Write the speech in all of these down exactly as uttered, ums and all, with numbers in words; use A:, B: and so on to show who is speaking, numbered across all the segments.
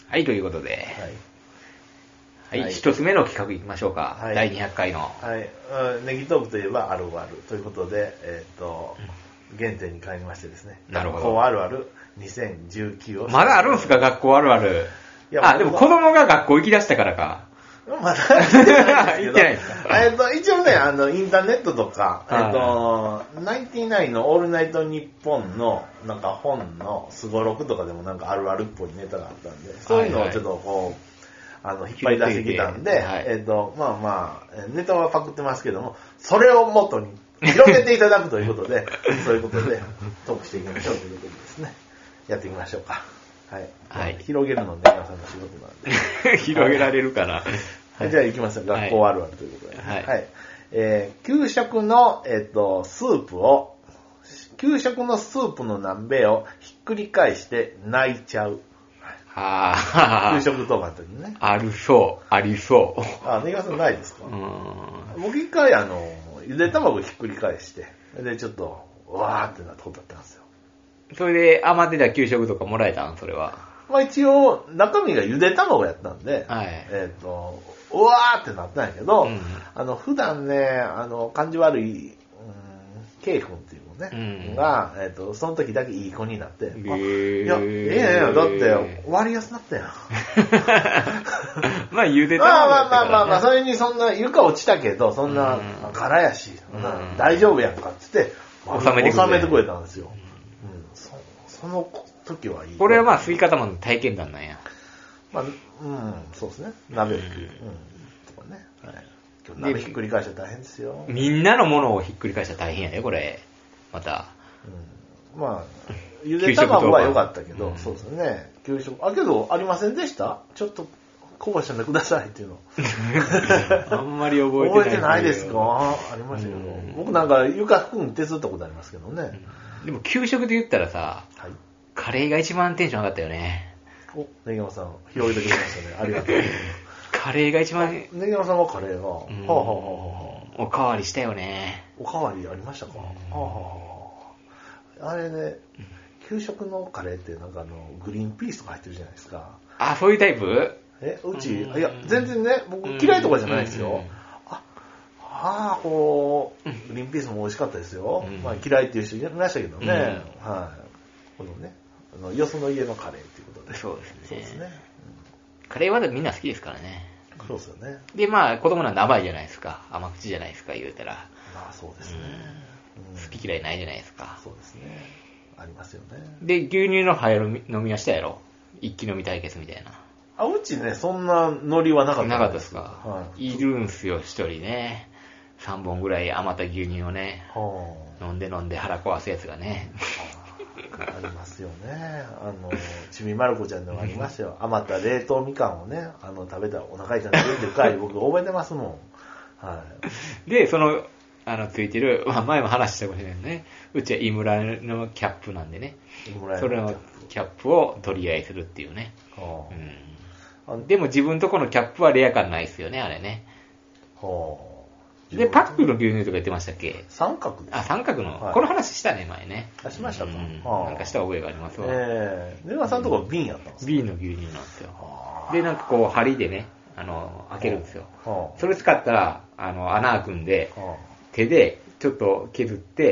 A: はい、ということで。はい。はい、一、はい、つ目の企画いきましょうか。はい、だいにひゃっかいの。
B: はい。ネギトークといえばあるあるということで、えっ、ー、と、うん、原点に帰りましてですね。
A: なるほど。
B: 学校あるあるにせんじゅうきゅうを。
A: まだあるんすか、学校あるある。いや、あ、でも子供が学校行き出したからか。
B: まだ行ってない
A: 行ってないですか。
B: えっと、一応ね、あの、インターネットとか、えっと、ナインティナインのオールナイトニッポンの、なんか本のスゴロクとかでもなんかあるあるっぽいネタがあったんで、そういうのをちょっとこう、あの、引っ張り出してきたんで、はい、えっと、まあまあ、ネタはパクってますけども、それをもとに広げていただくということで、そういうことでトークしていきましょうということでですね、やっていきましょうか。はい。はい、広げるのね、皆さんの仕事なんで。
A: 広げられるかな。
B: はい、じゃあ行きますよ。学校あるあるということで。はい。はい、えー、給食の、えっと、スープを、給食のスープの南米をひっくり返して泣いちゃう。
A: はあ。
B: 給食当番の時にね。
A: あるそう。ありそう。
B: あ、ネギさんないですか？うん。僕一回あの、ゆで卵ひっくり返して、で、ちょっと、わーってなってことだったんですよ。
A: それで余ってた給食とかもらえたんそれは。
B: まあ一応、中身がゆで卵やったんで、
A: はい、
B: えっと、うわーってなったんやけど、うん、あの、普段ね、あの、感じ悪い、うん、ケイ君っていう子ね、うん、が、えっと、その時だけいい子になって、あ、いや、ええやん、だって、割安になったやん。
A: まあ、ゆで
B: 卵やったから、ね。まあまあまあまあ、まあ、それにそんな、床落ちたけど、そんな、空やし、うん、大丈夫やんとかって言って、
A: 収めてくれ。
B: 収めてくれたんですよ。うん、そ, その時はいい。
A: これはまあ、吸い方も体験談なんや。
B: まあ、うん、そうですね。鍋をひっくり、うん、とかね。はい。今日鍋ひっくり返したら大変ですよ。
A: みんなのものをひっくり返したら大変やね、これ。また。
B: うん、まあ、ゆで卵は良かったけど、うん、そうですね。給食、あ、けど、ありませんでしたちょっと、こぼしちゃってくださいっていうの。
A: あんまり覚えてない。
B: 覚えてないですか？ありましたけど、うん、僕なんか床拭くの手伝ったことありますけどね。
A: うん、でも、給食で言ったらさ、はい、カレーが一番テンション上がったよね。
B: お、ネギ山さん、広げてくれましたね。ありがとう。
A: カレーが一番。
B: ネギ山さんはカレーが。は
A: あ、はあはあ、おかわりしたよね。
B: おかわりありましたか？はあはあ、あれね、給食のカレーってなんかあの、グリーンピースとか入ってるじゃないですか。
A: あ、そういうタイプ？
B: え、うち、いや、全然ね、僕嫌いとかじゃないですよ。あ、ああ、こう、グリーンピースも美味しかったですよ。まあ嫌いっていう人いましたけどね。はい。このね。あのよその家のカレーっていうことで。
A: そうですね。
B: そうですね。
A: うん、カレーはみんな好きですからね。
B: そうですよね。
A: で、まあ、子供なんて甘いじゃないですか。甘口じゃないですか、言うたら。
B: まあ、そうですね、
A: うん。好き嫌いないじゃないですか。
B: そうですね。ありますよね。
A: で、牛乳の流行る飲みはしたやろ。一気飲み対決みたいな。
B: あ、うちね、そんなノリはなかった。
A: なかったですか。はい、いるんすよ、一人ね。三本ぐらい余った牛乳をね。はあ、飲んで飲んで腹壊すやつがね。
B: ありますよね。あの、ちびまる子ちゃんでもありましたよ。余った冷凍みかんをね、あの、食べたらお腹痛くなるっていう回、僕覚えてますもん。はい。
A: で、その、あの、ついてる、まあ、前も話したかもしれないね。うちは井村のキャップなんでね。それのキャップを取り合いするっていうね。はあ、うん、でも自分のとこのキャップはレア感ないですよね、あれね。はあ、で、パックの牛乳とか言ってましたっけ？
B: 三角です。
A: あ、三角の、はい。この話したね、前ね。
B: あ、しましたか、うん、
A: はあ、なんかした覚えがありますわ。
B: ええー。出川さんのところ瓶やったんですか？
A: 瓶の牛乳なんですよ。はあ、で、なんかこう、針でね、あの、開けるんですよ。はあ、それ使ったら、あの、穴開くんで、はあ、手でちょっと削って、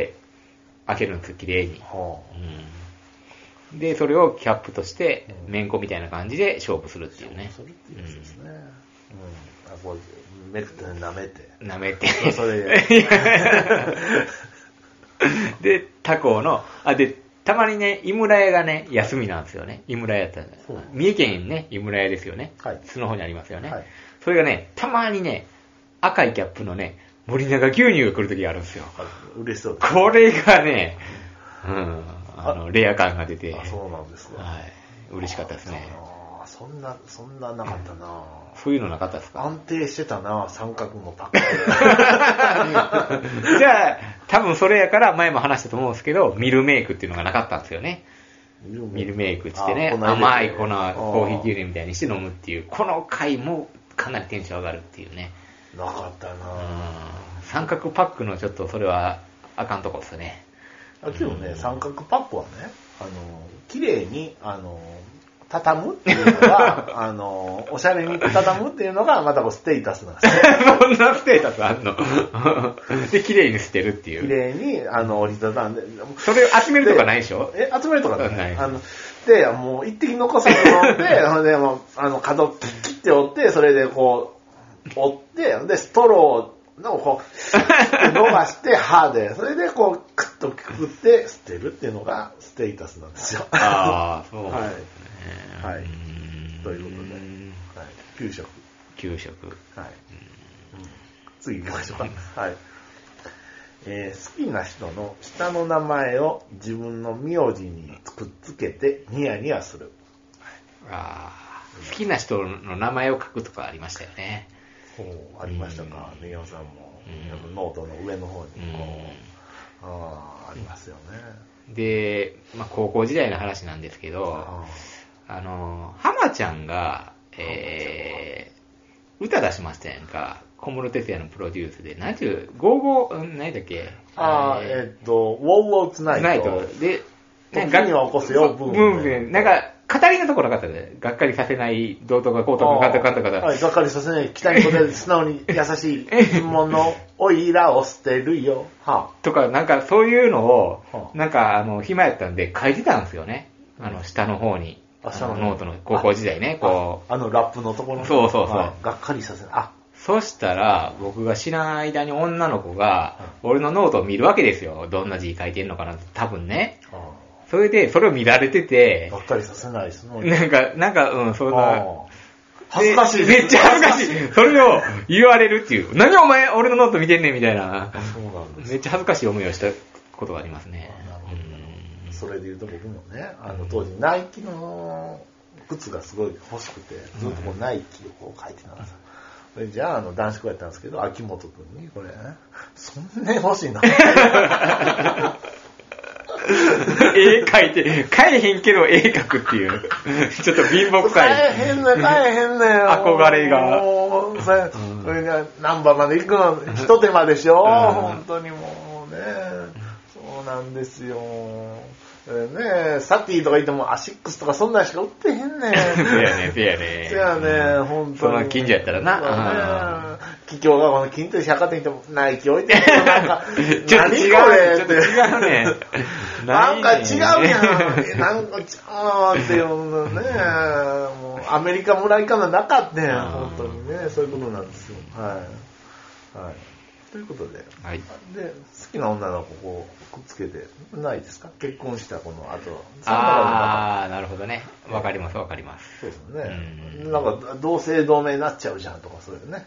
A: 開けるんですよ、綺麗に。はあ、うん、で、それをキャップとして、めんこみたいな感じで勝負するっていうね。
B: 勝負するっていうやつですね。うん。うん、あ、こうめくって舐めて。
A: 舐めて。
B: それ
A: で、他校の、あ、で、たまにね、井村屋がね、休みなんですよね。井村屋って。三重県ね、井村屋ですよね。はい。津の方にありますよね。はい。それがね、たまにね、赤いキャップのね、森永牛乳が来るときがあるんですよ。
B: 嬉しそうです。
A: これがね、うん、あの、レア感が出て。
B: あ、そうなんですか。
A: はい。嬉しかったですね。
B: ああ、そんな、そんななかったな。
A: そういうのなかったですか？
B: 安定してたな、三角のパック。
A: じゃあ、多分それやから前も話したと思うんですけど、ミルメイクっていうのがなかったんですよね。ミルメイクってってね、甘い粉、コーヒー牛乳みたいにして飲むっていう、この回もかなりテンション上がるっていうね。
B: なかったな。
A: 三角パックのちょっとそれはあかんとこですね。
B: あ、けどね、三角パックはね、あの、綺麗に、あの、 畳むっていうのが、あの、おしゃれに畳むっていうのが、またこうステータスなんですよ。
A: そんなステータスあんので、綺麗に捨てるっていう。
B: 綺麗に、あの、折りたたんで。
A: それを集めるとかないでしょ？
B: え、集めるとかない。
A: ない。
B: あの、で、もう一滴残さず飲んで、ほんで、もう、あの、角切って折って、それでこう、折って、で、ストローのこう、伸ばして歯で、それでこう、クッとくくって捨てるっていうのがステータスなんですよ。
A: ああ、そうですね。
B: はい。はい。ということで、はい。給食。
A: 給食。
B: はい。次行きましょうか。はい。えー、好きな人の下の名前を自分の名字にくっつけてニヤニヤする。
A: ああ、好きな人の名前を書くとかありましたよね。
B: ほう、ありましたか、ねぎまさんも。うん、ノートの上の方にこう、うん、ああ、ありますよね。
A: で、まあ、高校時代の話なんですけど、あ, あの、浜ちゃんが、えー、歌出しましたやんか。小室哲哉のプロデュースで、なんていう、ゴーゴー、何だっけ？
B: ああ、えー、っと、ウォーウォーツナイト。ナイト。
A: で、
B: なんか、時には起こすよ、ブーム。ブ
A: ームなんか、語りのところなかったで、がっかりさせない道徳がこうとかかんとかんとかだ。
B: はい、がっかりさせない、北に答えて素直に優しい質問のおいらを捨てるよ。は
A: あ、とか、なんかそういうのを、はあ、なんかあの、暇やったんで書いてたんですよね。あの、下の方に。あ、下のノートの高校時代ね、こ
B: う。あのラップのところの。
A: そうそうそう。
B: はい、がっかりさせない。あ、
A: そしたら、僕が知らん間に女の子が、俺のノートを見るわけですよ。どんな字書いてんのかなって、多分ね。はあ、それで、それを見られてて、
B: がっかりさせないですね。
A: なんか、なんか、うん、そんな、
B: 恥ずかしいです。
A: めっちゃ恥ずかしい。それを言われるっていう。何お前、俺のノート見てんねんみたいな。そうなんです。めっちゃ恥ずかしい思いをしたことがありますね。
B: なるほど。それで言うと僕もね、あの当時、ナイキの靴がすごい欲しくて、ずっとこうナイキをこう書いてたんですよ。じゃあ、あの、男子校やったんですけど、秋元くんに、これ、そんなに欲しいの
A: 絵描いて、描えへんけど絵描くっていう、ちょっと貧乏くさい。
B: 描えへんねん、描えへんねん。
A: 憧れが。
B: もう、それ、うん、それで、ナンバーまで行くの、一手間でしょ、うん、本当にもうね、そうなんですよ。ねえ、サティとか言ってもアシックスとかそんなんしか売ってへんねん。
A: せやね、せやね。
B: せやね、ほんとに。
A: その近所やったらな。
B: 企業がこの近所百貨店行ってもナイキ置いてるけど、なんか、
A: ちょっと違う、ちょっと違うね。
B: なんか違うやん。なんか違うっていうのね、もうアメリカ村行かななかったん、本当にね、そういうことなんですよ。はい。はい。ということで、はい、で好きな女の子をくっつけてないですか？結婚したこの後。
A: ああ、なるほどね。わかりますわかります。
B: そうですね。うん、なんか同姓同名になっちゃうじゃんとかそういうね。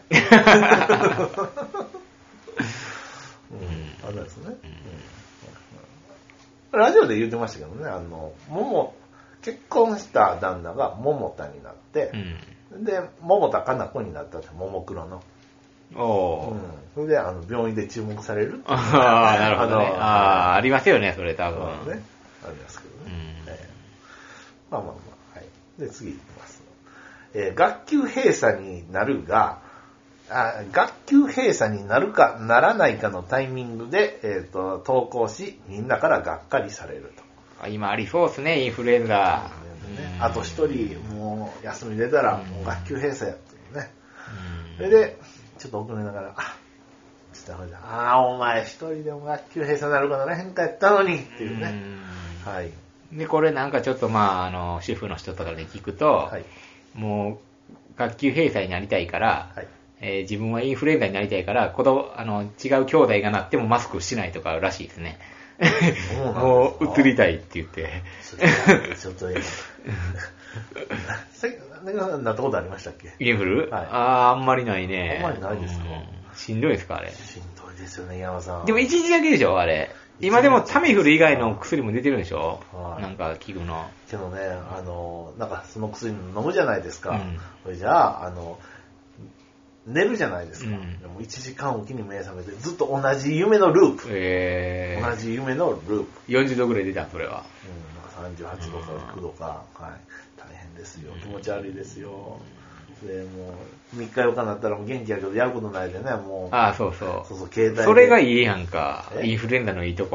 B: うん、あれですね、うん。ラジオで言ってましたけどね、あの桃結婚した旦那が桃田になって、うん、で桃田かな子になったってももクロの。おうん、それであの病院で注目される
A: ああ、なるほどね。ああ、ありますよね、それ多分。ね、
B: ありますけどね。うんえー、まあまあまあ、はい。で、次いきます。えー、学級閉鎖になるが、あ学級閉鎖になるかならないかのタイミングで、えーと、投稿し、みんなからがっかりされる
A: と。今ありそうですね、インフルエンザ。
B: ね、あと一人、もう休み出たら、もう学級閉鎖やっていうね。それで、ちょっと遅れながら、あ、ちょっとああ、お前一人でも学級閉鎖になるかならへんかやったのにっていうね。
A: うはい。で、これなんかちょっとまあ、あの、主婦の人とかで聞くと、はい、もう、学級閉鎖になりたいから、はいえー、自分はインフルエンザになりたいから、子供、あの、違う兄弟がなってもマスクしないとからしいですね。もう、移りたいって言って。
B: ちょっと、ちょっと、なったことありましたっけ？
A: インフル、はい、ああ、あんまりないね。
B: あんまりないですか、うん、
A: しんどいですか、あれ。
B: しんどいですよね、山さん。
A: でも一日だけでしょ、あれ。今でもタミフル以外の薬も出てるんでしょ、はい、なんか器具の。
B: けどね、あの、なんかその薬飲むじゃないですか。うん、それじゃあ、あの、寝るじゃないですか。うん、でもいちじかんおきに目覚めて、ずっと同じ夢のループ。えー、同じ夢のループ。
A: よんじゅうどぐらい出た、それは。
B: うん、なんかさんじゅうはちどかきゅうどか。はい。大変ですよ。気持ち悪いですよ。で、もう、みっかよっかになったらもう元気やけど、やることないでね、もう。
A: ああ、そうそう。
B: そうそう、携帯で。
A: それがいいやんか。インフルエンザのいいとこ。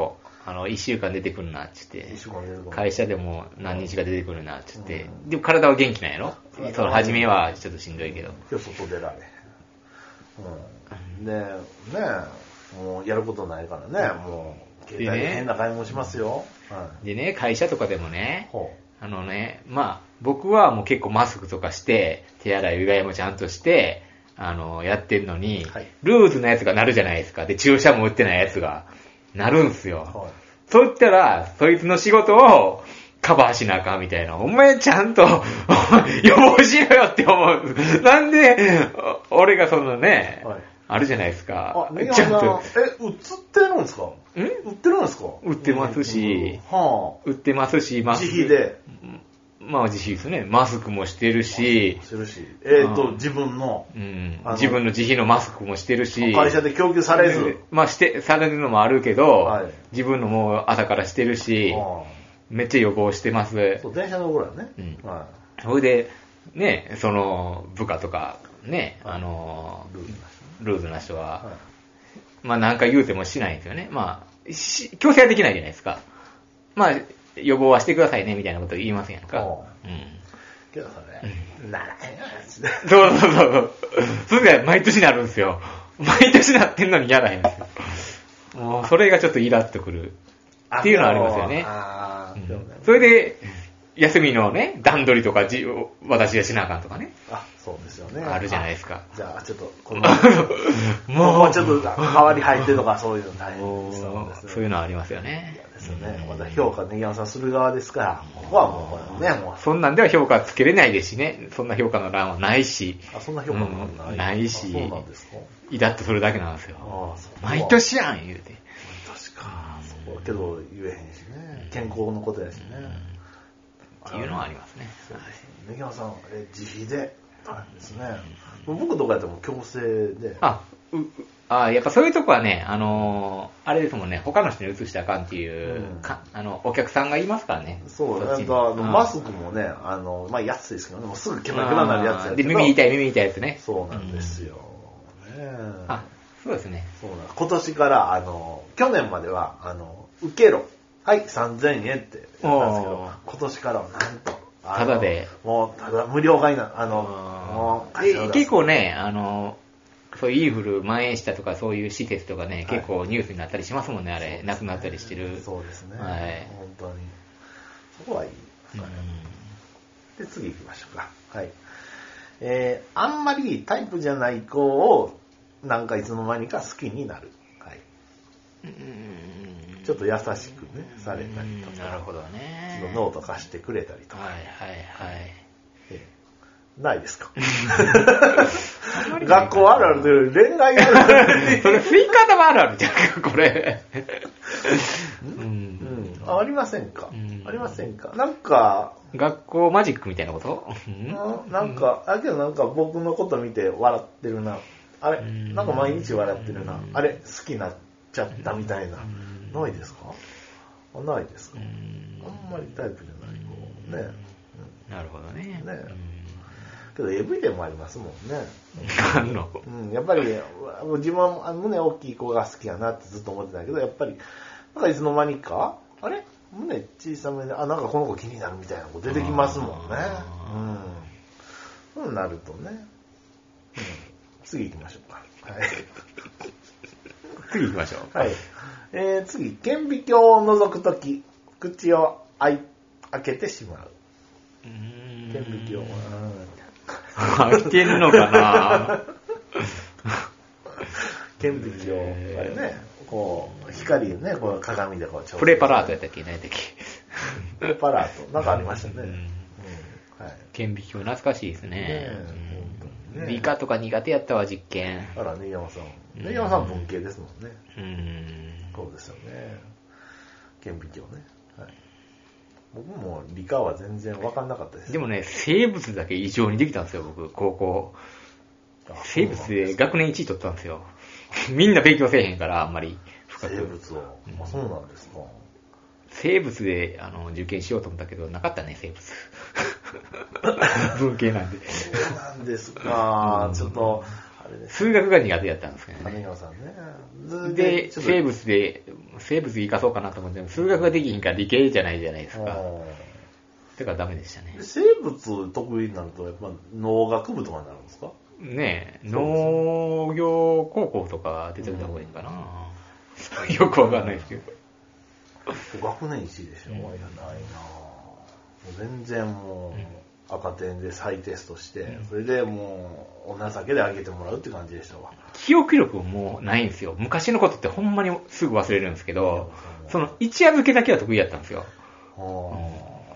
A: あの、一週間出てくるな、つって。
B: 一週間出てくる。
A: 会社でも何日か出てくるな、つって。うん、でも体は元気なんやろ、うん、その初めはちょっとしんどいけど。
B: 今日外出られ。うん。で、ねもうやることないからね、もう、携帯で変な買い物しますよ。
A: はい、でね、会社とかでもね、あのね、まあ、僕はもう結構マスクとかして、手洗い、うがいもちゃんとして、あの、やってんのに、はい、ルーズなやつがなるじゃないですか。で、注射も打ってないやつがなるんすよ。はい、そう言ったら、そいつの仕事をカバーしなあかんみたいな。お前ちゃんと予防しろよって思う。なんで、俺がそのね、はい、あるじゃないですか。
B: あ、ちゃんと。え、売ってるんですか？ん売ってるんですか？
A: 売ってますし、うんはあ、売ってますし、
B: マスク。自費で。
A: まあ自費ですね。マスクもしてるし。
B: してるし。えっ、ー、と、自分の、
A: うん。自分の自費のマスクもしてるし。
B: 会社で供給されず。
A: まあして、されるのもあるけど、はい、自分のもう朝からしてるし、はあ、めっちゃ予防してます。
B: そう、電車のぐらいね。
A: うん。はい。それで、ね、その、部下とか、ね、はい、あの、ルーズな人は、はい、まあ何回言うてもしないんですよね。まあ、強制はできないじゃないですか。まあ、予防はしてくださいね、みたいなこと言いませんやんか。うん。
B: けどそれ、うん、ならへんやつで。
A: そうそうそうそう。それが毎年なるんですよ。毎年なってんのにやらへんんですよ。もう、それがちょっとイラっとくる。っていうのはありますよね。あうん、それで、休みのね、段取りとかじ、私がしなあかんとかね。
B: あ、そうですよね。
A: あるじゃないですか。
B: じゃあ、ちょっと、この、もうちょっと代わり入ってとか、そういうの大変です
A: そうですね。そういうのはありますよね。
B: ですよね。また評価、ネギ山さんする側ですから、ここはもうね、もう。
A: そんなんでは評価つけれないですしね。そんな評価の欄はないし。
B: あ、そんな評価の欄ない、
A: うん、ないし。
B: そうなんですか。
A: イラッとするだけなんですよ。あそう毎年やん、言うて。
B: 確か。そうだけど言えへんしね。健康のことやしね。
A: っていうのはありますね。
B: ネギ山さん、え自費で、大変ですね。僕とかやっても強制で。
A: あ、う、あやっぱそういうとこはね、あのー、あれですもんね、他の人に移したらあかんっていう、うん、かあの、お客さんがいますからね。
B: そう、なんか、あの、マスクもね、あの、まあ、安いですけどね、もうすぐケラケラになるやつや
A: で、耳痛い、耳痛いやつね。
B: そうなんですよ。うん、ね
A: あ、そうですね。
B: そうなんです。今年から、あの、去年までは、あの、受けろ。はい、さんぜんえんって言ったんですけど、今年からはなんと、
A: ただで。
B: もう、ただ、無料がいいな、あの、も
A: う結構ね、あの、そういうインフル蔓延したとか、そういう施設とかね、はい、結構ニュースになったりしますもんね、あれ。ね、亡くなったりしてる。
B: そうですね。
A: はい。
B: 本当に。そこはいいですかね。で、次行きましょうか。はい。えー、あんまりタイプじゃない子を、なんかいつの間にか好きになる。はい。うんちょっと優しくね、されたりとか。
A: なるほどね。
B: ちょっとノート貸してくれたりとか。
A: はいはいはい。
B: えー、ないですか学校あるあるで恋愛あるある
A: それスイカ玉あるあるじゃんこれ
B: うん、うん、あ, ありませんか、うん、ありませんかなんか
A: 学校マジックみたいなこと、
B: うん、なんかあけどなんか僕のこと見て笑ってるなあれなんか毎日笑ってるなあれ好きになっちゃったみたいなないですかあないですかあんまりタイプじゃない子ね、
A: うん、なるほどね
B: ねけど エーブイ でもありますもんね。
A: あんの、
B: うん、やっぱり自分は胸大きい子が好きやなってずっと思ってたけど、やっぱりなんかいつの間にかあれ胸小さめであなんかこの子気になるみたいな子出てきますもんね。うん。そうなるとね。うん、次行きましょうか。はい。
A: 次行きましょう。
B: はい。えー、次顕微鏡を覗くとき口を開けてしまう。
A: うーん
B: 顕微鏡は。
A: 開いてんのかな
B: 顕微鏡、あれね、こう、光ね、こう鏡でこう、
A: プレパラートやったっけ何やったっけ
B: プレパラート、なんかありましたね。うんうん
A: はい、顕微鏡懐かしいですね。ねうん、ね理科とか苦手やったわ、実験。
B: あら、ね、山さん。ね、山さん文系ですもんね。
A: うん。
B: そうですよね。顕微鏡ね。はい僕も理科は全然分かんなかったです。
A: でもね、生物だけ異常にできたんですよ、僕、高校。生物で学年いちい取ったんですよ。みんな勉強せえへんから、あんまり
B: 深く。生物を。あ、そうなんですか。
A: 生物であの受験しようと思ったけど、なかったね、生物。文系なんで。
B: そうなんですか。うん、ちょっと、あれです、
A: 数学が苦手やったんですけどね。
B: 金川さんね。
A: で、生物で生物生かそうかなと思っても、数学ができひんから理系じゃないじゃないですか。だからダメでしたね。
B: 生物得意になると、やっぱ農学部とかになるんですか？
A: ねえ、農業高校とか出てみた方がいいかな。うん、よくわかんないですけど。
B: 学年一位でしょ、うん、いやないな全然もう、うん赤点で再テストして、うん、それでもうお情けであげてもらうって感じでしたわ。
A: 記憶力もないんですよ。昔のことってほんまにすぐ忘れるんですけど、その一夜漬けだけは得意やったんですよ。うん、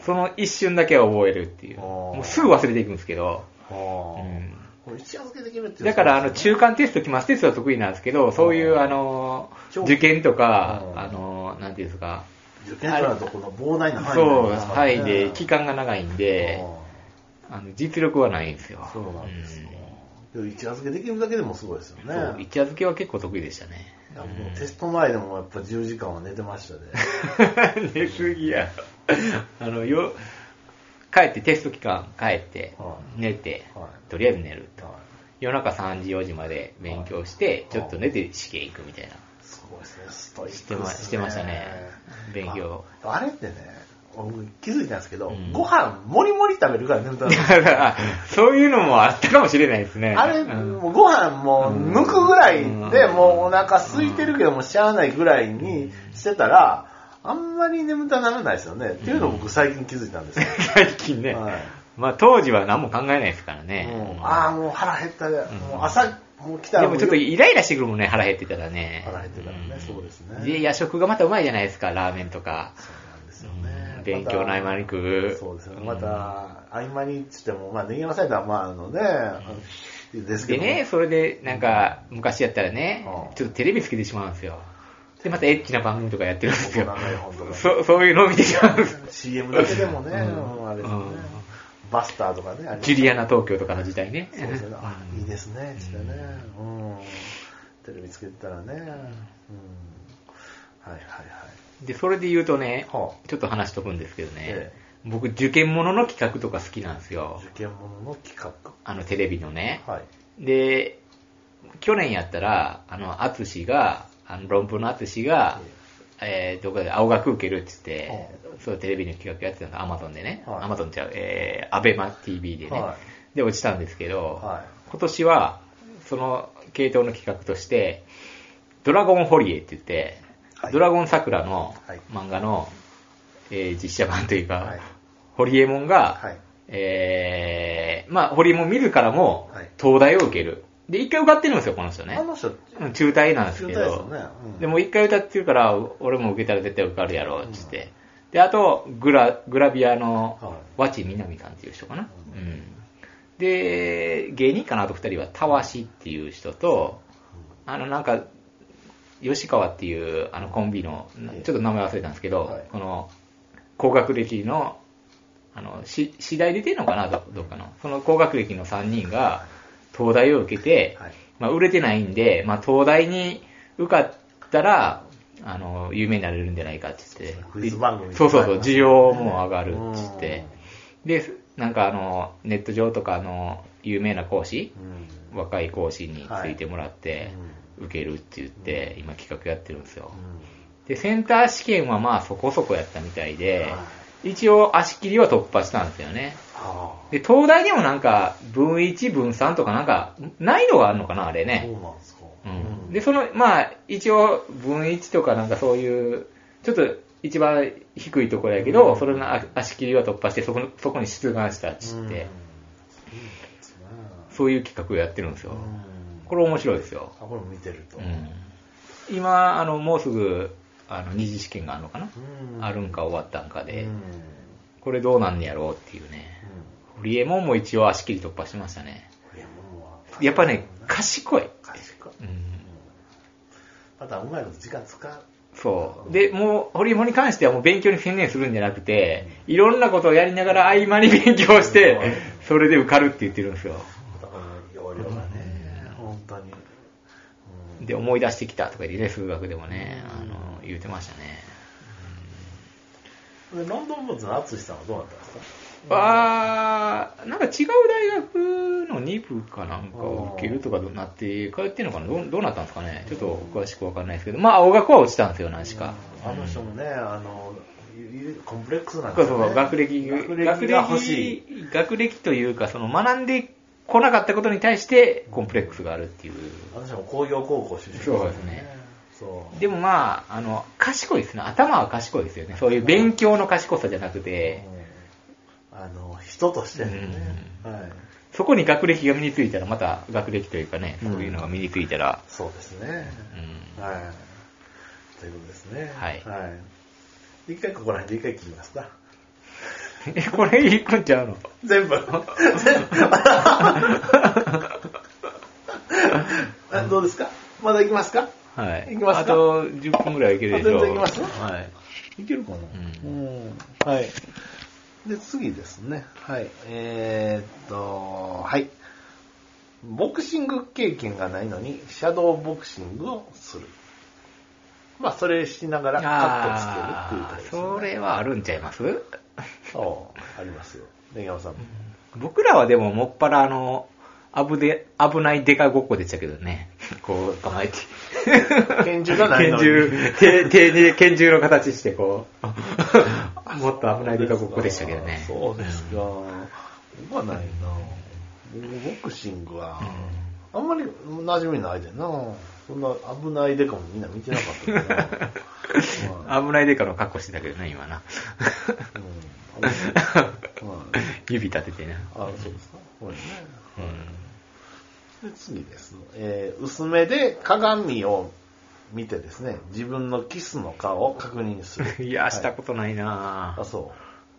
A: その一瞬だけは覚えるっていう。もうすぐ忘れていくんですけど。
B: うん、一夜漬けできるって
A: だからあの中間テスト、期末テストは得意なんですけど、そういうあの受験とかあのなんていうんですか。
B: 受験となるとこの膨大な範囲
A: で、そう範囲で期間が長いんで。あの実力はないんですよ。
B: そうなんですよ。うん、一夜漬けできるだけでもすごいですよね。そう、
A: 一夜漬けは結構得意でしたね。
B: いやもうテスト前でもやっぱじゅうじかんは寝てました
A: ね。寝すぎや。あのよ帰ってテスト期間帰って、はい、寝て、はい、とりあえず寝ると、はい、夜中さんじよじまで勉強して、はい、ちょっと寝て試験行くみたいな。
B: すごいですね。ストイックです
A: ね。してま、してましたね。勉強。
B: あ, あれってね。気づいたんですけど、うん、ご飯もりもり食べるから眠たくなる。
A: そういうのもあったかもしれないですね。
B: あれ、うん、もうご飯も抜くぐらいで、うん、もうお腹空いてるけどもしゃあないぐらいにしてたら、あんまり眠たならないですよね。っていうのを僕最近気づいたんですよ。
A: 最近ね。はい、まあ当時は何も考えないですからね。
B: うん、ああ、もう腹減ったで、もう朝、もう来たら
A: でもちょっとイライラしてくるもんね、腹減ってたらね。
B: 腹減ってたらね、そうですね。
A: で、夜食がまたうまいじゃないですか、ラーメンとか。勉強の合間に食う。
B: そうですよね。また、合間にって言っても、まあ、ネギ山サイダーはまあ、あのね、ですけど。
A: でね、それで、なんか、昔やったらね、ちょっとテレビつけてしまうんですよ。で、またエッチな番組とかやってるんですよ。そ, そういうのを見てしまうんです。
B: シーエム だけでもね、うん、あれですね。バスターとかね。
A: ジュリアナ東京とかの時代ね。
B: そうですね。あ、いいですね、ってね。うん。テレビつけてたらね。うん。はいはいはい。
A: で、それで言うとね、はあ、ちょっと話しとくんですけどね、ええ、僕、受験物の企画とか好きなんですよ。
B: 受験物の企画
A: あの、テレビのね。はい、で、去年やったら、あの、アツシが、あの論文のアツシが、ええー、どこかで青学受けるって言って、はあ、そうテレビの企画やってたの、アマゾンでね。アマゾンちゃう、えー、アベマ ティーブイ でね、はい。で、落ちたんですけど、はい、今年は、その系統の企画として、ドラゴンホリエって言って、はい、ドラゴン桜の漫画の、はいえー、実写版というか、はい、ホリエモンが、はいえー、まあ、ホリエモン自らも東大を受ける。で、一回受かってるんですよ、この人ね。
B: あの人
A: 中退なんですけど。
B: 中退ですよね。うん、
A: でも一回歌ってるから、俺も受けたら絶対受かるやろ、って言って。うん、で、あと、グラ、グラビアの、和知みなみさんっていう人かな。うんうん、で、芸人かなと二人は、たわしっていう人と、あの、なんか、吉川っていうあのコンビの、ちょっと名前忘れたんですけど、はい、この、高学歴の、あの、し、次第出てるのかな、ど、どうかな。その高学歴のさんにんが、東大を受けて、はい、まあ、売れてないんで、まあ、東大に受かったら、あの、有名になれるんじゃないかって言って、
B: クイズ番組
A: そうそうそう、需要も上がるって言って、で、なんかあの、ネット上とかの有名な講師、うん、若い講師についてもらって、はいうん、受けるって言って、今企画やってるんですよ。うん、で、センター試験はまあそこそこやったみたいで、はい、一応足切りは突破したんですよね。で、東大でもなんか、分いち、分さんとかなんか、難易度があるのかな、あれね。
B: そうなんですか。
A: うん。で、その、まあ、一応、分いちとかなんかそういう、ちょっと一番低いところやけど、うん、それの足切りは突破して、そこ、そこに出願したっつって、うん、そういう企画をやってるんですよ。うん、これ面白いですよ。
B: あ、これ見てると。う
A: ん、今、あの、もうすぐ、あの、二次試験があるのかな、うん、あるんか終わったんかで、うん、これどうなんねやろうっていうね。ホリエモンも一応足切り突破しましたね。
B: ホリエモンは
A: やっぱね、賢い。
B: 賢い。うん、またうまいこと時間使う。
A: そう。で、もう、ホリエモンに関してはもう勉強に専念するんじゃなくて、うん、いろんなことをやりながら合間に勉強して、うん、それで受かるって言ってるんですよ。
B: 要領がね、うん、本当に、
A: うん。で、思い出してきたとか言ってね、数学でもね、あの、言ってましたね。
B: うん、で、ロンドンブーツの淳さんはどうなったんですか？
A: は、なんか違う大学のに部かなんかを受けるとかなって帰ってんのかな、どう、どうなったんですかね。ちょっと詳しくわかんないですけど、まあ青学は落ちたんですよ、何しか。
B: あの人もね、あの、コンプレックスなんですよね。
A: そうそう、学歴、
B: 学歴が欲しい。
A: 学歴というか、その学んでこなかったことに対してコンプレックスがあるっていう。
B: あの人も工業高校出身です
A: ね。そうですね。
B: そう。
A: でもまあ、あの、賢いですね。頭は賢いですよね。そういう勉強の賢さじゃなくて。
B: うん、あの、人としてね、
A: うん。
B: はい。
A: そこに学歴が身についたら、また学歴というかね、そういうのが身についたら。
B: うん、そうですね。うん。はい。ということですね。
A: はい。
B: はい。一回ここら辺で一回切りますか。
A: え、これいくんちゃうの？
B: 全部。どうですか？まだ行きますか？
A: はい。
B: 行きますか？
A: あとじゅっぷんぐらいいけるでしょう。
B: 全然行きます？
A: はい。
B: いけるかな？うん。うん。はい。で、次ですね。はい。えー、っと、はい。ボクシング経験がないのに、シャドーボクシングをする。まあ、それしながらカットつけるっていうことですね。
A: それはあるんちゃいます？
B: そう、ありますよ。根山さんも。
A: 僕らはでも、もっぱらあの、危で、危ないデカごっこでしたけどね。こう、構えて。
B: 拳銃がないのに。
A: 拳銃、手、手に拳銃の形してこう、もっと危ないデカごっこでしたけどね。
B: そうですか。僕はないな。ボクシングは、あんまり馴染みないでな。そんな危ないデカもみんな見てなかったけどな。
A: まあ、危ないデカの格好してたけどね、今な。うん、指立ててね。
B: あ、そうですか。これね。うん、で次です。えー、薄めで鏡を見てですね、自分のキスの顔を確認する。
A: いや、したことないな、
B: はい、あ、そう。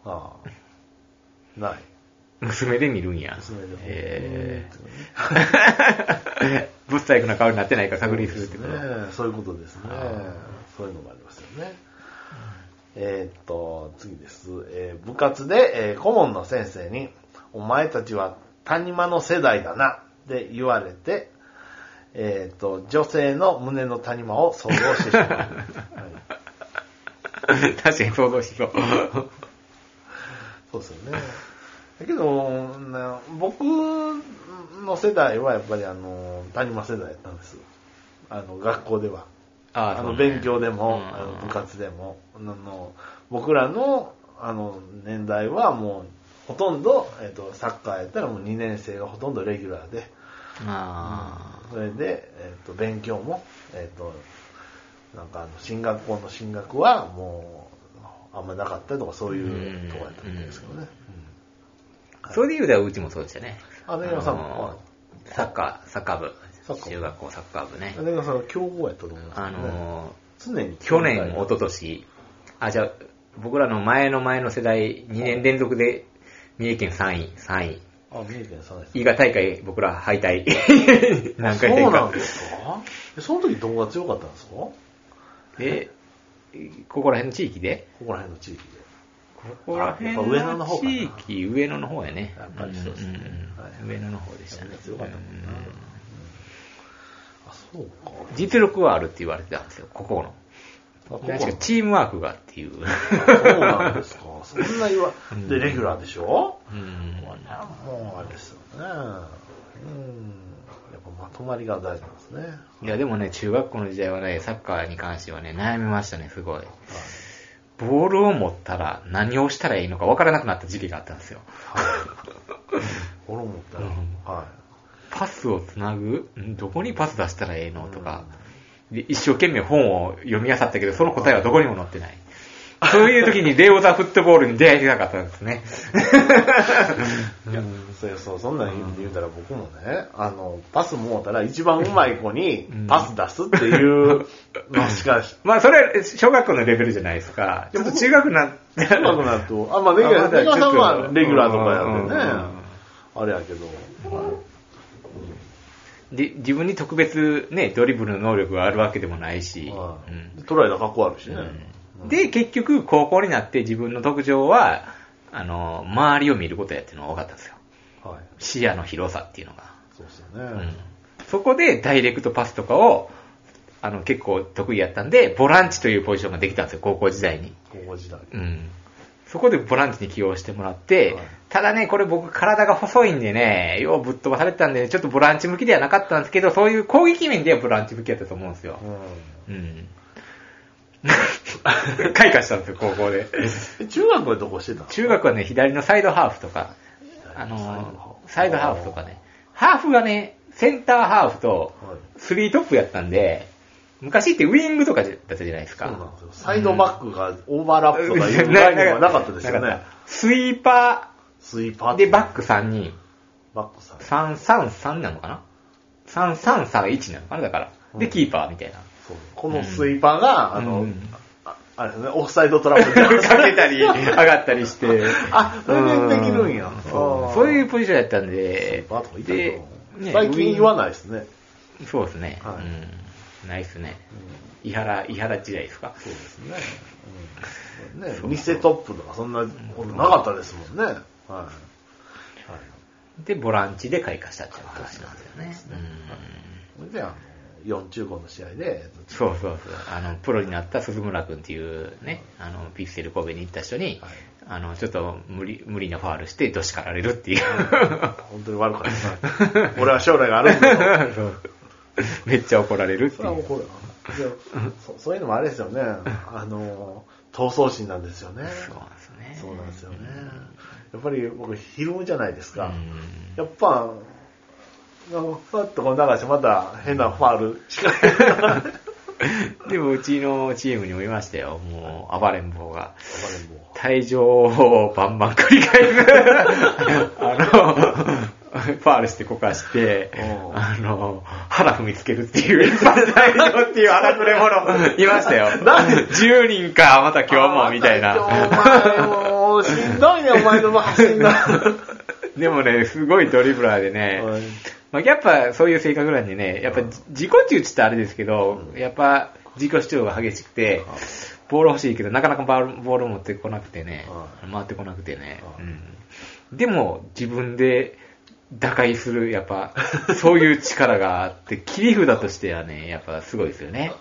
B: ああ。ない。
A: 娘で見るんや。
B: 娘で。
A: えー、ぶっ細工な顔になってないか確認するってこと。
B: ね、そういうことですね。そういうのがありますよね。えー、っと、次です。えー、部活で、えー、顧問の先生に、お前たちは谷間の世代だなって言われて、えー、っと、女性の胸の谷間を想像してしまう。はい、
A: 確かに想像しそう。
B: そうですよね。だけど、僕の世代はやっぱりあの、谷間世代だったんです。あの、学校では。ああの、勉強でも、あの部活でも、あの、僕らの、あの、年代はもう、ほとんど、えっと、サッカーやったらもうにねん生がほとんどレギュラーで、
A: あ
B: うん、それで、えっと、勉強も、えっと、なんかあの、進学校の進学はもう、あんまなかったとかそういうとこやったんですけどね。
A: そういう意味ではうちもそうでしたね。
B: あ、根山さんも、
A: サッカー、サッカー部。中学校サッカー部ね。
B: 根山さんは強豪やったと思いますけどね。
A: あの
B: ー、常に
A: 去年、一昨年あ、じゃあ、僕らの前の前の世代、にねん連続で三重県さんい、さんい。
B: あ、三重県さんい。
A: 伊賀大会、僕ら敗退。
B: 何回か。そうなんですか？その時どこが強かったんですか？
A: え、ここら辺の地域で？
B: ここら辺の地域で。
A: ここら辺の地域、上野の方やね。
B: やっぱりそうですね。
A: 上野の方でしたね。
B: 強かったもんな。あ、そうか。
A: 実力はあるって言われてたんですよ、ここの。確かチームワークがっていう。
B: そうなんですか。そんな言わ、で、レギュラーでしょ？うん。もう、あれですよね。うん。やっぱまとまりが大事なんですね。
A: いや、でもね、中学校の時代はね、サッカーに関してはね、悩みましたね、すごい。はい、ボールを持ったら何をしたらいいのか分からなくなった時期があったんですよ。はい、
B: ボールを持ったら、うん、はい。
A: パスをつなぐ？どこにパス出したらええのとか、うん、で、一生懸命本を読み漁ったけど、その答えはどこにも載ってない。そういう時にレオザフットボールに出会いたかったんですね。
B: いや、そうそう、そんな意味で言うたら僕もね、あの、パスもうたら一番上手い子にパス出すっていうのしか、うん、
A: まあそれ、小学校のレベルじゃないですか。ちょっと中学になって。
B: 中学になると、あ、まあレギュラー、レギュラーさんはレギュラーとかやってね、あれやけど、
A: で、自分に特別ね、ドリブルの能力があるわけでもないし。
B: はい、うん、トライが格好あるしね。
A: うん、で、結局、高校になって自分の特徴は、あの、周りを見ることやっていうのが分かったんですよ。はい、視野の広さっていうのが。
B: そうですよね。
A: うん、そこでダイレクトパスとかを、あの、結構得意やったんで、ボランチというポジションができたんですよ、高校時代に。
B: 高校時代。
A: うん。 そこでボランチに起用してもらって、はい、ただね、これ僕体が細いんでね、ようぶっ飛ばされてたんで、ちょっとボランチ向きではなかったんですけど、そういう攻撃面ではボランチ向きだったと思うんですよ。うん。うん開花したんですよ、高校で。
B: 中学はどこしてたの？
A: 中学はね、左のサイドハーフとか、あのー、サイドハーフとかね。ハーフがね、センターハーフとスリートップやったんで、昔ってウィングとかだったじゃないですか。
B: そうなんですよ。サイドバックがオーバーラップとかいう概念はなかったですよね。
A: スイーパー、
B: スイーパー
A: でバックさんにん。
B: バックさん。
A: さんさんさんなのかな ?さんさんさんいち なのかなだから。で、キーパーみたいな。
B: そうこのスイーパーが、うん、あの、うん、あ, あれですね、オフサイドトラップ
A: でかけたり、上がったりして。
B: あ、それでできるんや。
A: そう。そういうポジションやったんで。
B: スイーパーとかいたけど、ね、最近言わないですね。
A: そうですね。はい、うん、ないですね。うん、伊原、伊原時代ですか？
B: そうですね。うん、ね、そうそう、店トップとかそんなことなかったですもんね。はい。はい、
A: で、ボランチで開花したっていう話なんですよね。
B: うん、で、あの、よん中ごの試合で。
A: そうそうそう。あの、プロになった鈴村くんっていうね、あの、ピッセル神戸に行った人に、はい、あの、ちょっと無理、無理なファールして、どしかられるっていう。
B: 本当に悪かったな。俺は将来があるんだと。そう
A: めっちゃ怒られるっていう。
B: それは怒るそ。そういうのもあれですよね。あの、闘争心なんですよね。
A: そうなんですね。
B: そうなんですよね。やっぱり僕、ひるむじゃないですか。やっぱ、ふわっとこう流してまた変なファールしか
A: でもうちのチームにもいましたよ。もう暴れん坊が。退場をバンバン繰り返す。あの、ファールしてこかして、あの、腹踏みつけるっていう、退場っていう荒くれ者いましたよ。じゅうにんか、また今日も、みたいな。
B: お前もうしんどいね、お前のも走んな。
A: でもね、すごいドリブラーでね、まあ、やっぱそういう性格なんでね、やっぱ自己中ってあれですけど、やっぱ自己主張が激しくて、ボール欲しいけど、なかなかボール持ってこなくてね、回ってこなくてね、うん、でも自分で打開する、やっぱそういう力があって、切り札としてはね、やっぱすごいですよね。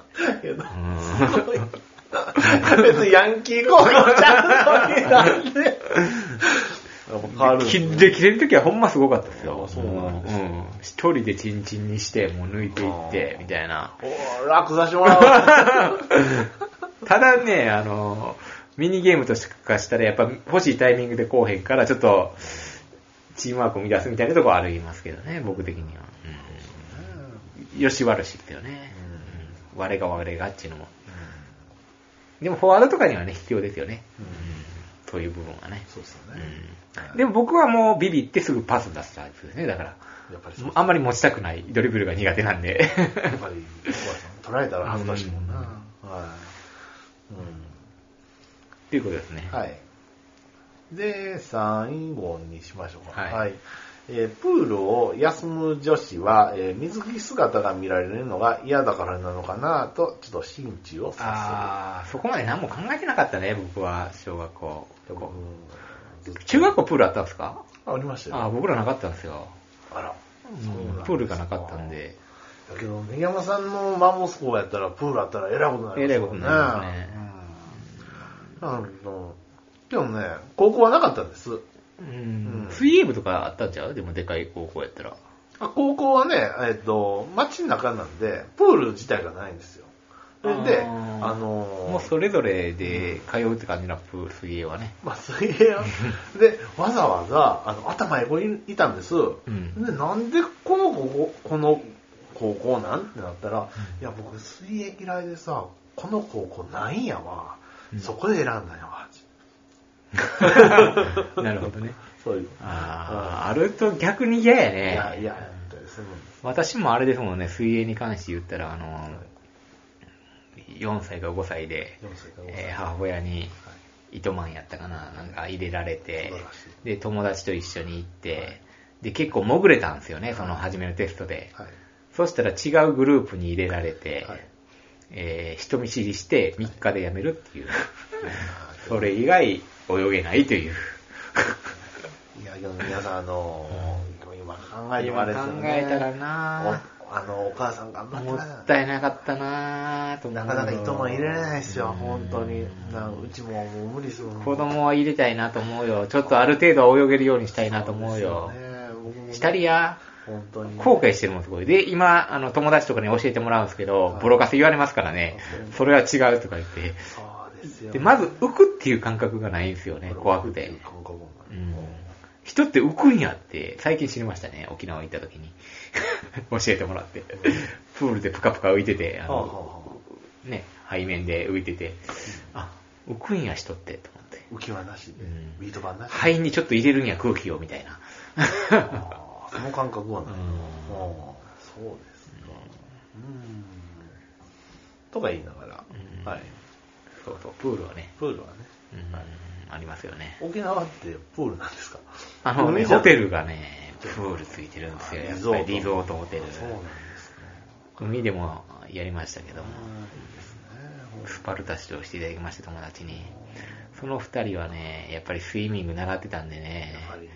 B: 別にヤンキー高校ちゃんとなんで。
A: 切れ切れるときはほんますごかったですよ。そうなんですよ。うん。一人でチンチンにして、もう抜いていって、みたいな。
B: おー、楽させてもら
A: おう。ただね、あの、ミニゲームとかしたらやっぱ欲しいタイミングでこうへんから、ちょっと、チームワークを乱すみたいなところはありますけどね、僕的には。うん、よし悪しってよね。うん、我が我がっていうのも。うん、でもフォワードとかにはね、必要ですよね。うん、そういう部分はね。
B: そうですよね。
A: うん、でも僕はもうビビってすぐパス出すタイプですね。だから、やっぱりそうそう、あんまり持ちたくない。ドリブルが苦手なんで。
B: やっぱり、取られたら恥ずかしいもんな。うん、はい。うん。
A: っていうことですね。
B: はい。で、最後にしましょうか。
A: はい。
B: はい、えー、プールを休む女子は、えー、水着姿が見られるのが嫌だからなのかなと、ちょっと心中をさせる。
A: ああ、そこまで何も考えてなかったね、僕は、小学校。うん、中学校プールあったんですか？
B: ありましたよ。
A: ああ、僕らなかったんですよ。
B: あら。
A: うん、プールがなかったんで。
B: だけど、根山さんのマンモス校やったら、プールあったらえらいことになりますね。
A: えらいことになりますね。
B: うん。なるほど。でもね、高校はなかったんです。
A: うん。水泳部とかあったんちゃう？でもでかい高校やったら。
B: あ、高校はね、えっと、街の中なんで、プール自体がないんですよ。で、あのー、
A: もうそれぞれで通うって感じな、プール、水泳はね。
B: まあ、水泳は、で、わざわざ、あの、頭横にいたんです。うん、で、なんでこの子、この高校なんってなったら、うん、いや、僕、水泳嫌いでさ、この高校ないんやわ。うん、そこで選んだんやわ。
A: なるほどね。
B: そういう。
A: ああ、あると逆に嫌やね。
B: いや、いや、本当です。
A: 私もあれですもんね、水泳に関して言ったら、あの、はい、よんさいかごさいで、えー、母親に、糸満やったかな、なんか入れられて、で、友達と一緒に行って、はい、で、結構潜れたんですよね、その初めのテストで。はい、そしたら違うグループに入れられて、はい、えー、人見知りしてみっかで辞めるっていう。それ以外泳げないという。
B: いや、でも皆さん、あのー、今考えてもあれですよね。
A: 今考えたらな
B: おあの、お母さん頑張って
A: もったいなかったなぁと思う。
B: なかなか糸満入れれないですよ、本当に。なうちももう無理する。
A: 子供は入れたいなと思うよ。ちょっとある程度は泳げるようにしたいなと思うよ。したりや。
B: 本当に、ね。
A: 後悔してるもんすごい。で、今、あの、友達とかに教えてもらうんですけど、ボロカス言われますからね。それは違うとか言って。
B: そうですよ。
A: で、まず浮くっていう感覚がないんですよね、怖くて。うん。人って浮くんやって、最近知りましたね、沖縄行った時に。教えてもらって。プールでプカプカ浮いてて、あの、ね、背面で浮いてて、あ、浮くんや人って、と思って。
B: 浮き輪なしで、ビート板なしで。
A: 肺にちょっと入れるんや空気を、みたいな。
B: その感覚はない。そうですか。うん。とか言いながら。はい。
A: そうそう、プールはね。
B: プールはね。
A: ありますよね。
B: 沖縄ってプールなんですか？
A: あのね、ホテルがね、プールついてるんですよ。やっぱりリゾートホテル。そうなんですね。海でもやりましたけども。スパルタ指導していただきました、友達に。その二人はね、やっぱりスイミング習ってたんでね。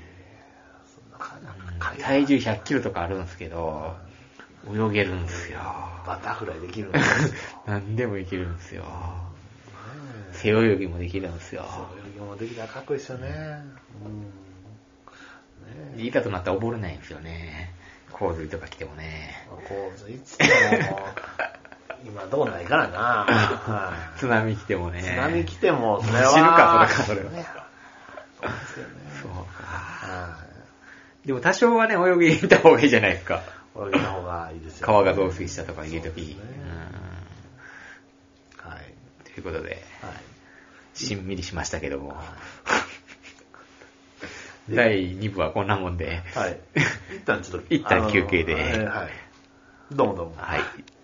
A: 体重ひゃっキロとかあるんですけど、泳げるんですよ。
B: バタフライできるんですよ。
A: 何でもいけるんですよ。背泳ぎもできるんですよ。
B: 背泳ぎもできたらかっこいいですよね。
A: うん。いざとなったら溺れないんですよね。洪水とか来てもね。
B: 洪水いつも今どうないからな。
A: 津波来てもね。
B: 津波来てもそれは
A: 死ぬかそれかそれは。
B: そうですよね。
A: そうか。でも多少はね、泳ぎに行った方がいいじゃないですか。
B: 泳ぎの方がいいですよ。
A: 川が増水したとか言うとき。ね、
B: うん、はい。
A: ということで、はい、しんみりしましたけども。はい、だいに部はこんなもんで。
B: はい。一旦ちょっと。
A: 一旦休憩で。
B: はい。どうもどうも。
A: はい。